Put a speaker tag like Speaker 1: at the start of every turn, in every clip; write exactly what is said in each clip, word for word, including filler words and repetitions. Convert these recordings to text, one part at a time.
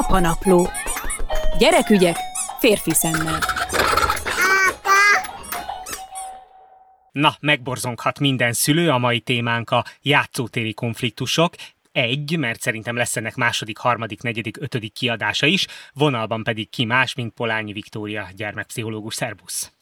Speaker 1: Apanapló. Gyerekügyek férfi szemmel.
Speaker 2: Na, megborzonghat minden szülő, a mai témánk a játszótéri konfliktusok. Egy, mert szerintem lesz ennek második, harmadik, negyedik, ötödik kiadása is, vonalban pedig ki más, mint Polányi Viktória, gyermekpszichológus. Szervusz!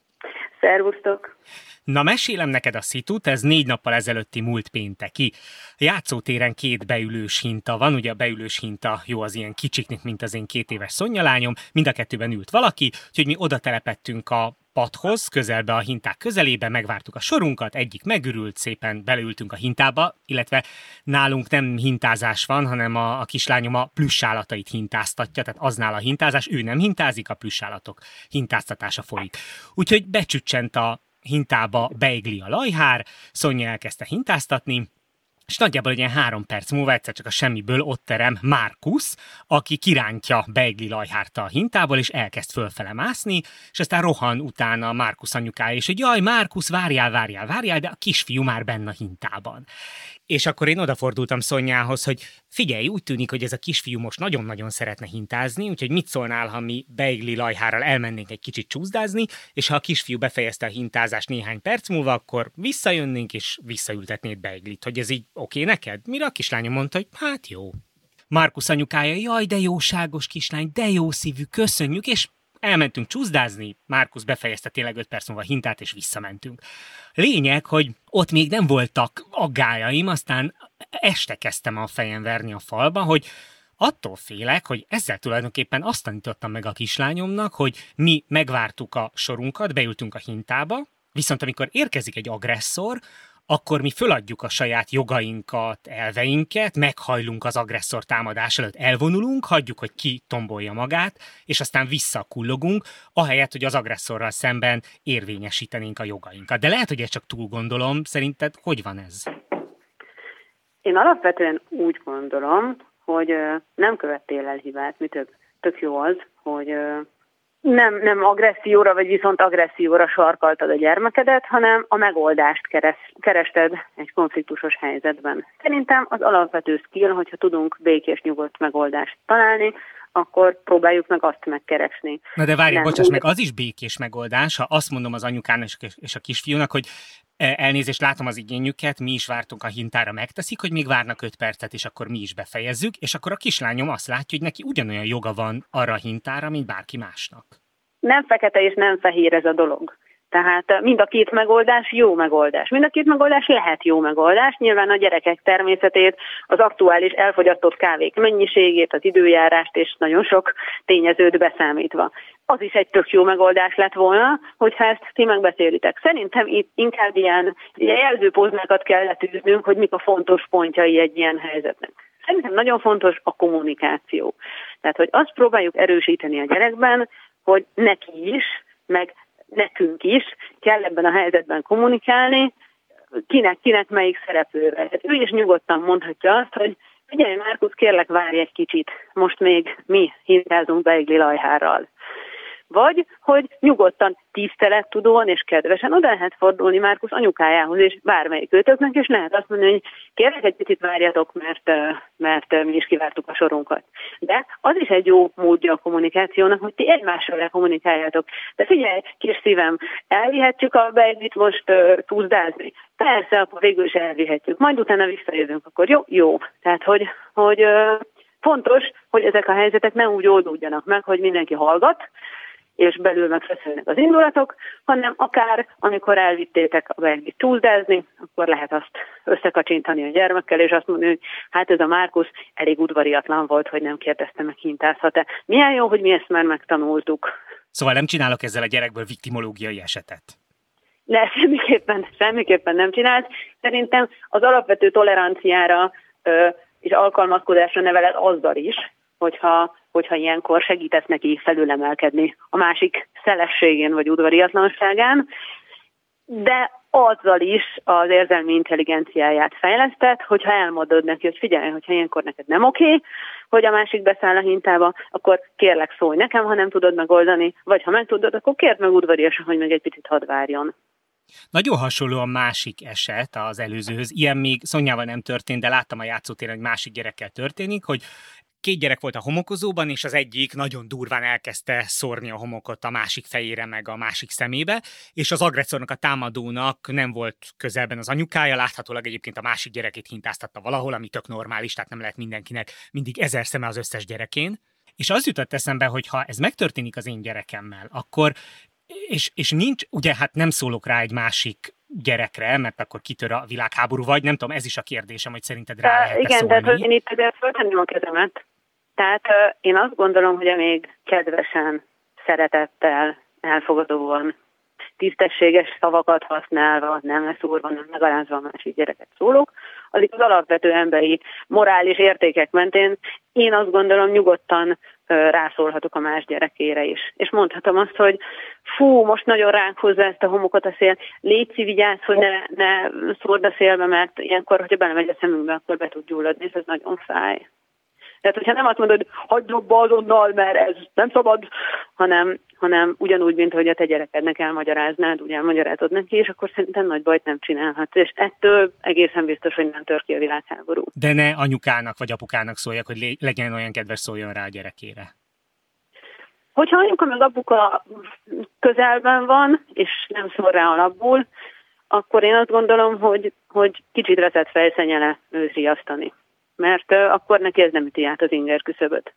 Speaker 3: Szervusztok!
Speaker 2: Na, mesélem neked a szitut, ez négy nappal ezelőtti múlt pénteki. Játszótéren két beülős hinta van, ugye a beülős hinta jó az ilyen kicsiknek, mint az én két éves Szonya lányom, mind a kettőben ült valaki, úgyhogy mi oda telepettünk a padhoz, közelbe a hinták közelébe, megvártuk a sorunkat, egyik megürült, szépen beleültünk a hintába, illetve nálunk nem hintázás van, hanem a, a kislányom a plüssállatait hintáztatja, tehát aznál a hintázás, ő nem hintázik, a plüssállatok hintáztatása folyik. Úgyhogy becsüccsent a hintába beigli a lajhár, Szonya elkezdte hintáztatni, és nagyjából egy ilyen három perc múlva egyszer csak a semmiből ott terem Márkusz, aki kirántja Beigli lajhárt a hintából, és elkezd fölfele mászni, és aztán rohan utána Márkusz anyukája, és hogy jaj, Márkusz, várjál, várjál, várjál, de a kisfiú már benne a hintában. És akkor én odafordultam Szonyához, hogy figyelj, úgy tűnik, hogy ez a kisfiú most nagyon-nagyon szeretne hintázni, úgyhogy mit szólnál, ha mi Beigli lajhárral elmennénk egy kicsit csúszdázni, és ha a kisfiú befejezte a hintázást néhány perc múlva, akkor visszajönnénk, és visszaültetnéd Beiglit, hogy ez így oké okay neked? Mire a kislányom mondta, hogy hát jó. Márkusz anyukája, jaj, de jóságos kislány, de jó szívű, köszönjük, és elmentünk csúszdázni, Márkusz befejezte tényleg öt perc múlva a hintát, és visszamentünk. Lényeg, hogy ott még nem voltak aggájaim, aztán este kezdtem a fejem verni a falba, hogy attól félek, hogy ezzel tulajdonképpen azt tanítottam meg a kislányomnak, hogy mi megvártuk a sorunkat, beültünk a hintába, viszont amikor érkezik egy agresszor, akkor mi föladjuk a saját jogainkat, elveinket, meghajlunk az agresszor támadás előtt, elvonulunk, hagyjuk, hogy ki tombolja magát, és aztán visszakullogunk, ahelyett, hogy az agresszorral szemben érvényesítenénk a jogainkat. De lehet, hogy ezt csak túl gondolom, szerinted hogy van ez?
Speaker 3: Én alapvetően úgy gondolom, hogy nem követtél el hibát, mi több, tök jó az, hogy nem, nem agresszióra, vagy viszont agresszióra sarkaltad a gyermekedet, hanem a megoldást keres, kerested egy konfliktusos helyzetben. Szerintem az alapvető skill, hogyha tudunk békés, nyugodt megoldást találni, akkor próbáljuk meg azt megkeresni.
Speaker 2: Na de várj,
Speaker 3: nem,
Speaker 2: bocsáss
Speaker 3: úgy...
Speaker 2: meg, az is békés megoldás, ha azt mondom az anyukának és a kisfiúnak, hogy elnézést, látom az igényüket, mi is vártunk a hintára, megteszik, hogy még várnak öt percet, és akkor mi is befejezzük, és akkor a kislányom azt látja, hogy neki ugyanolyan joga van arra a hintára, mint bárki másnak.
Speaker 3: Nem fekete és nem fehér ez a dolog. Tehát mind a két megoldás jó megoldás. Mind a két megoldás lehet jó megoldás. Nyilván a gyerekek természetét, az aktuális elfogyasztott kávék mennyiségét, az időjárást és nagyon sok tényezőt beszámítva. Az is egy tök jó megoldás lett volna, hogyha ezt ti megbeszélitek. Szerintem itt inkább ilyen jelzőpóznákat kell letűznünk, hogy mik a fontos pontjai egy ilyen helyzetnek. Szerintem nagyon fontos a kommunikáció. Tehát, hogy azt próbáljuk erősíteni a gyerekben, hogy neki is, meg nekünk is kell ebben a helyzetben kommunikálni, kinek, kinek melyik szereplővel. Hát ő is nyugodtan mondhatja azt, hogy figyelj, Márkusz, kérlek, várj egy kicsit, most még mi hintázunk Beigli lajhárral. Vagy, hogy nyugodtan, tisztelettudóan és kedvesen oda lehet fordulni Márkusz anyukájához és bármelyik őtöknek, és lehet azt mondani, hogy kérlek egy picit várjatok, mert, mert mi is kivártuk a sorunkat. De az is egy jó módja a kommunikációnak, hogy ti egymással kommunikáljátok. De figyelj, kis szívem, elvihetjük a Beiglit most uh, túlzdázni? Persze, akkor végül is elvihetjük. Majd utána visszajövünk, akkor jó? Jó. Tehát, hogy, hogy uh, fontos, hogy ezek a helyzetek nem úgy oldódjanak meg, hogy mindenki hallgat, és belül megfeszülnek az indulatok, hanem akár, amikor elvittétek a Beiglit túldázni, akkor lehet azt összekacsintani a gyermekkel, és azt mondani, hogy hát ez a Márkusz elég udvariatlan volt, hogy nem kérdezte meg, hintázhat-e. Milyen jó, hogy mi ezt már megtanultuk.
Speaker 2: Szóval nem csinálok ezzel a gyerekből viktimológiai esetet?
Speaker 3: De semmiképpen, semmiképpen nem csinált. Szerintem az alapvető toleranciára ö, és alkalmazkodásra neveled azzal is, hogyha, hogyha ilyenkor segítesz neki felülemelkedni a másik szelességén vagy udvariatlanságán, de azzal is az érzelmi intelligenciáját fejlesztett, hogyha elmondod neki, hogy figyelj, hogyha ilyenkor neked nem oké, hogy a másik beszáll a hintába, akkor kérlek szólj nekem, ha nem tudod megoldani, vagy ha meg tudod, akkor kérd meg udvariasan, hogy meg egy picit hadd várjon.
Speaker 2: Nagyon hasonló a másik eset az előzőhöz. Ilyen még Szonyával nem történt, de láttam a játszótéren, hogy másik gyerekkel történik, hogy két gyerek volt a homokozóban, és az egyik nagyon durván elkezdte szórni a homokot a másik fejére, meg a másik szemébe, és az agresszornak, a támadónak nem volt közelben az anyukája, láthatólag egyébként a másik gyerekét hintáztatta valahol, ami tök normális, tehát nem lehet mindenkinek mindig ezer szeme az összes gyerekén. És az jutott eszembe, hogy ha ez megtörténik az én gyerekemmel, akkor, és, és nincs, ugye hát nem szólok rá egy másik gyerekre, mert akkor kitör a világháború, vagy nem tudom, ez is a kérdésem, hogy szerinted rá lehet
Speaker 3: igen,
Speaker 2: szólni.
Speaker 3: Igen, tehát én itt azért föltenném a kezemet. Tehát uh, én azt gondolom, hogy amíg kedvesen, szeretettel, elfogadóan, tisztességes szavakat használva, nem leszúrva, nem megalázva a másik gyereket szólok, addig az alapvető emberi morális értékek mentén én azt gondolom nyugodtan uh, rászólhatok a más gyerekére is. És mondhatom azt, hogy fú, most nagyon ránk hozza ezt a homokot a szél, légy vigyázz, hogy ne, ne szórd a szélbe, mert ilyenkor, hogyha belemegy a szemünkbe, akkor be tud gyulladni, és ez nagyon fáj. Tehát, hogyha nem azt mondod, hogy hagyd abba azonnal, mert ez nem szabad, hanem, hanem ugyanúgy, mint hogy a te gyerekednek elmagyaráznád, úgy elmagyarázod neki, és akkor szerintem nagy bajt nem csinálhatsz. És ettől egészen biztos, hogy nem tör ki a világháború.
Speaker 2: De ne anyukának vagy apukának szóljak, hogy legyen olyan kedves, szóljon rá a gyerekére.
Speaker 3: Hogyha anyuka meg apuka közelben van, és nem szól rá alapból, akkor én azt gondolom, hogy, hogy kicsit vezet fejszennyele őt riasztani. Mert uh, akkor neki ez nem üti át az inger küszöböt.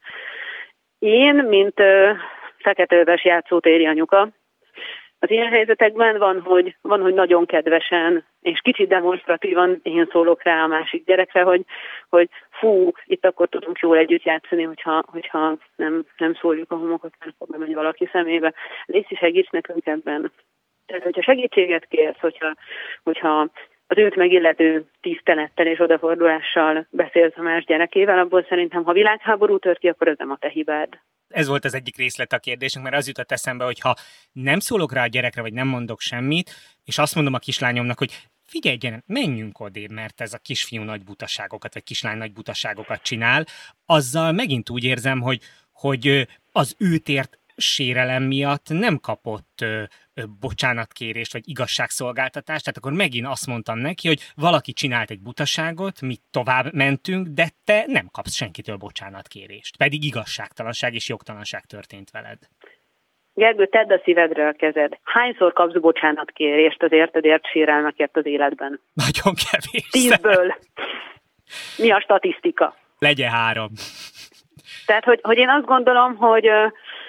Speaker 3: Én, mint uh, feketőves játszótéri anyuka, az ilyen helyzetekben van hogy, van, hogy nagyon kedvesen és kicsit demonstratívan én szólok rá a másik gyerekre, hogy, hogy fú, itt akkor tudunk jól együtt játszani, hogyha, hogyha nem, nem szóljuk a homokot, mert akkor bemegy valaki szemébe. Légy, segíts nekünk ebben. Tehát, hogyha segítséget kérsz, hogyha, hogyha az őt megillető tisztelettel és odafordulással beszélsz a más gyerekével, abból szerintem, ha világháború tört ki, akkor ez nem a te hibád.
Speaker 2: Ez volt az egyik részlet a kérdésünk, mert az jutott eszembe, hogy ha nem szólok rá a gyerekre, vagy nem mondok semmit, és azt mondom a kislányomnak, hogy figyelj, gyere, menjünk odébb, mert ez a kisfiú nagy butaságokat, vagy kislány nagy butaságokat csinál, azzal megint úgy érzem, hogy, hogy az őt ért sérelem miatt nem kapott ö, ö, bocsánatkérést, vagy igazságszolgáltatást, tehát akkor megint azt mondtam neki, hogy valaki csinált egy butaságot, mi tovább mentünk, de te nem kapsz senkitől bocsánatkérést. Pedig igazságtalanság és jogtalanság történt veled.
Speaker 3: Gergő, tedd a szívedre a kezed. Hányszor kapsz bocsánatkérést az érted ért sérelmekért az életben?
Speaker 2: Nagyon kevés.
Speaker 3: Tízből. Mi a statisztika?
Speaker 2: Legyen három.
Speaker 3: Tehát, hogy, hogy én azt gondolom, hogy uh,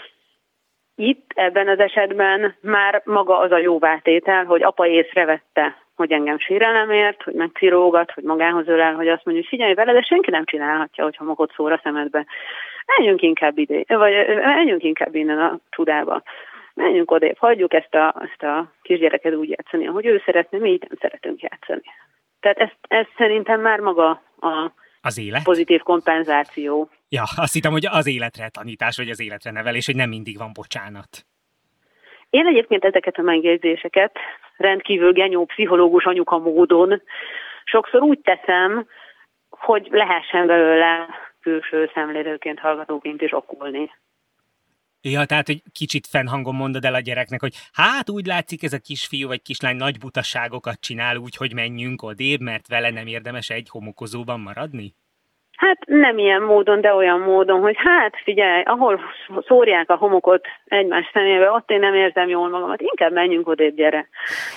Speaker 3: itt ebben az esetben már maga az a jóvátétel, hogy apa észrevette, hogy engem sérelemért, hogy megcirógat, hogy magához ölel, hogy azt mondja, hogy figyelj vele, de senki nem csinálhatja, hogyha magad szór a szemedbe. Menjünk inkább ide, vagy menjünk inkább innen a csudába. Menjünk odébb, hagyjuk ezt a, ezt a kisgyereket úgy játszani, ahogy ő szeretne, mi itt nem szeretünk játszani. Tehát ez, ez szerintem már maga a
Speaker 2: az élet?
Speaker 3: Pozitív kompenzáció.
Speaker 2: Ja, azt hittem, hogy az életre tanítás, vagy az életre nevelés, hogy nem mindig van bocsánat.
Speaker 3: Én egyébként ezeket a megjegyzéseket rendkívül genyó pszichológus anyuka módon sokszor úgy teszem, hogy lehessen belőle külső szemlélőként, hallgatóként is okulni.
Speaker 2: Ja, tehát, hogy kicsit fennhangon mondod el a gyereknek, hogy hát úgy látszik, ez a kisfiú vagy kislány nagy butaságokat csinál, úgy, hogy menjünk odébb, mert vele nem érdemes egy homokozóban maradni?
Speaker 3: Hát nem ilyen módon, de olyan módon, hogy hát figyelj, ahol szórják a homokot egymás szemébe, ott én nem érzem jól magamat, inkább menjünk odébb, gyere.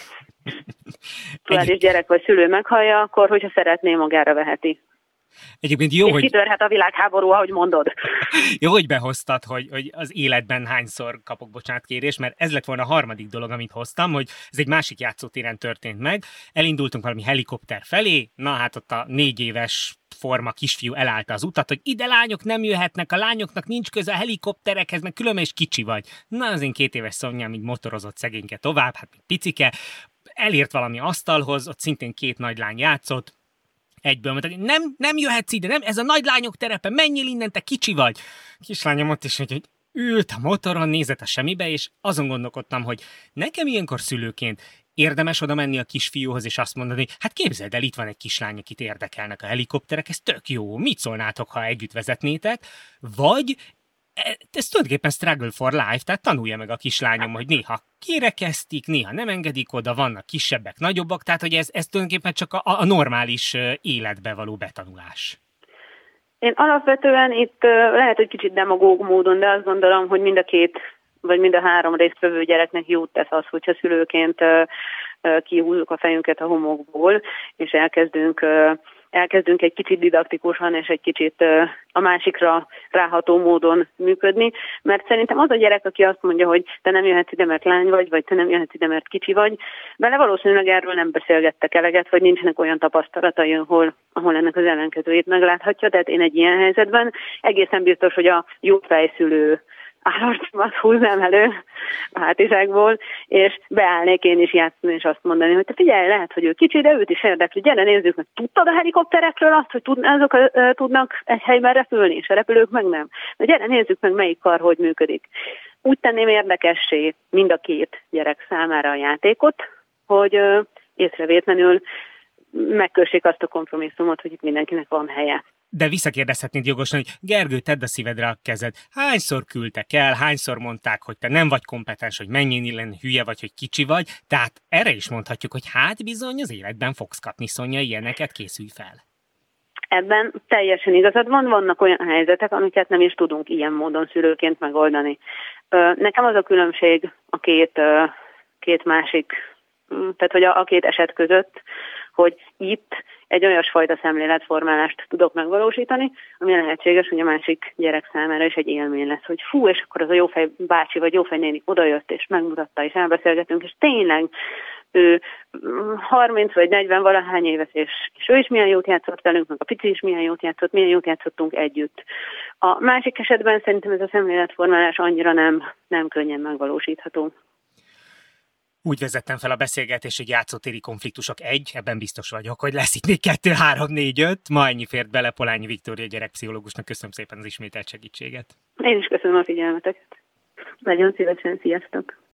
Speaker 3: Egy... és gyerek vagy szülő meghallja, akkor, hogyha szeretné, magára veheti.
Speaker 2: Egyébként jó,
Speaker 3: és
Speaker 2: hogy...
Speaker 3: kitörhet a világháború, ahogy mondod.
Speaker 2: Jó, hogy behoztad, hogy, hogy az életben hányszor kapok bocsánatkérést, mert ez lett volna a harmadik dolog, amit hoztam, hogy ez egy másik játszótéren történt meg. Elindultunk valami helikopter felé, na hát ott a négy éves forma kisfiú elállta az utat, hogy ide lányok nem jöhetnek, a lányoknak nincs köze a helikopterekhez, meg különben is kicsi vagy. Na, az én két éves Szonyám így motorozott szegényke tovább, hát még picike, elért valami asztalhoz, ott szintén két nagy lány játszott, egyből mondták, hogy nem, nem jöhetsz ide, nem, ez a nagy lányok terepe, menjél innen, te kicsi vagy. Kislányom ott is, hogy, hogy ült a motoron, nézett a semmibe, és azon gondolkodtam, hogy nekem ilyenkor szülőként érdemes oda menni a kisfiúhoz, és azt mondani, hogy hát képzeld el, itt van egy kislány, akit érdekelnek a helikopterek, ez tök jó, mit szólnátok, ha együtt vezetnétek, vagy ez tulajdonképpen struggle for life, tehát tanulja meg a kislányom, hogy néha kirekesztik, néha nem engedik oda, vannak kisebbek, nagyobbak, tehát hogy ez, ez tulajdonképpen csak a, a normális életbe való betanulás.
Speaker 3: Én alapvetően itt lehet, hogy kicsit demagóg módon, de azt gondolom, hogy mind a két, vagy mind a három résztvevő gyereknek jót tesz az, hogyha szülőként kihúzzuk a fejünket a homokból, és elkezdünk, elkezdünk egy kicsit didaktikusan és egy kicsit a másikra ráható módon működni, mert szerintem az a gyerek, aki azt mondja, hogy te nem jöhetsz ide, mert lány vagy, vagy te nem jöhetsz ide, mert kicsi vagy, vele valószínűleg erről nem beszélgettek eleget, vagy nincsenek olyan tapasztalatai, ahol, ahol ennek az ellenkezőjét megláthatja, tehát én egy ilyen helyzetben egészen biztos, hogy a jó fejszülő állarcomat húznám elő a hátizsákból, és beállnék én is játszani, és azt mondani, hogy te figyelj, lehet, hogy ő kicsi, de őt is érdekli, gyere nézzük meg, tudtad a helikopterekről azt, hogy tud, azok uh, tudnak egy helyben repülni, és a repülők meg nem. De gyere nézzük meg, melyik kar hogy működik. Úgy tenném érdekessé mind a két gyerek számára a játékot, hogy uh, észrevétlenül megkössék azt a kompromisszumot, hogy itt mindenkinek van helye.
Speaker 2: De visszakérdezhetnéd jogosan, hogy Gergő, tedd a szívedre a kezed. Hányszor küldtek el, hányszor mondták, hogy te nem vagy kompetens, hogy menjél lenni, hülye vagy, hogy kicsi vagy, tehát erre is mondhatjuk, hogy hát bizony az életben fogsz kapni, Szonya, ilyeneket, készülj fel.
Speaker 3: Ebben teljesen igazad van, vannak olyan helyzetek, amiket nem is tudunk ilyen módon szülőként megoldani. Nekem az a különbség a két, két másik, tehát hogy a, a két eset között, hogy itt egy olyasfajta szemléletformálást tudok megvalósítani, ami lehetséges, hogy a másik gyerek számára is egy élmény lesz, hogy fú, és akkor az a jófej bácsi vagy jófej néni odajött, és megmutatta, és elbeszélgetünk, és tényleg ő harminc vagy negyven valahány éves, és, és ő is milyen jót játszott velünk, meg a pici is milyen jót játszott, milyen jót játszottunk együtt. A másik esetben szerintem ez a szemléletformálás annyira nem, nem könnyen megvalósítható.
Speaker 2: Úgy vezettem fel a beszélgetést, hogy játszótéri konfliktusok egy, ebben biztos vagyok, hogy lesz itt még kettő, három, négy, öt. Ma ennyi fért bele, Polányi Viktória gyerekpszichológusnak. Köszönöm szépen az ismételt segítséget.
Speaker 3: Én is köszönöm a figyelmeteket. Nagyon szívesen, sziasztok!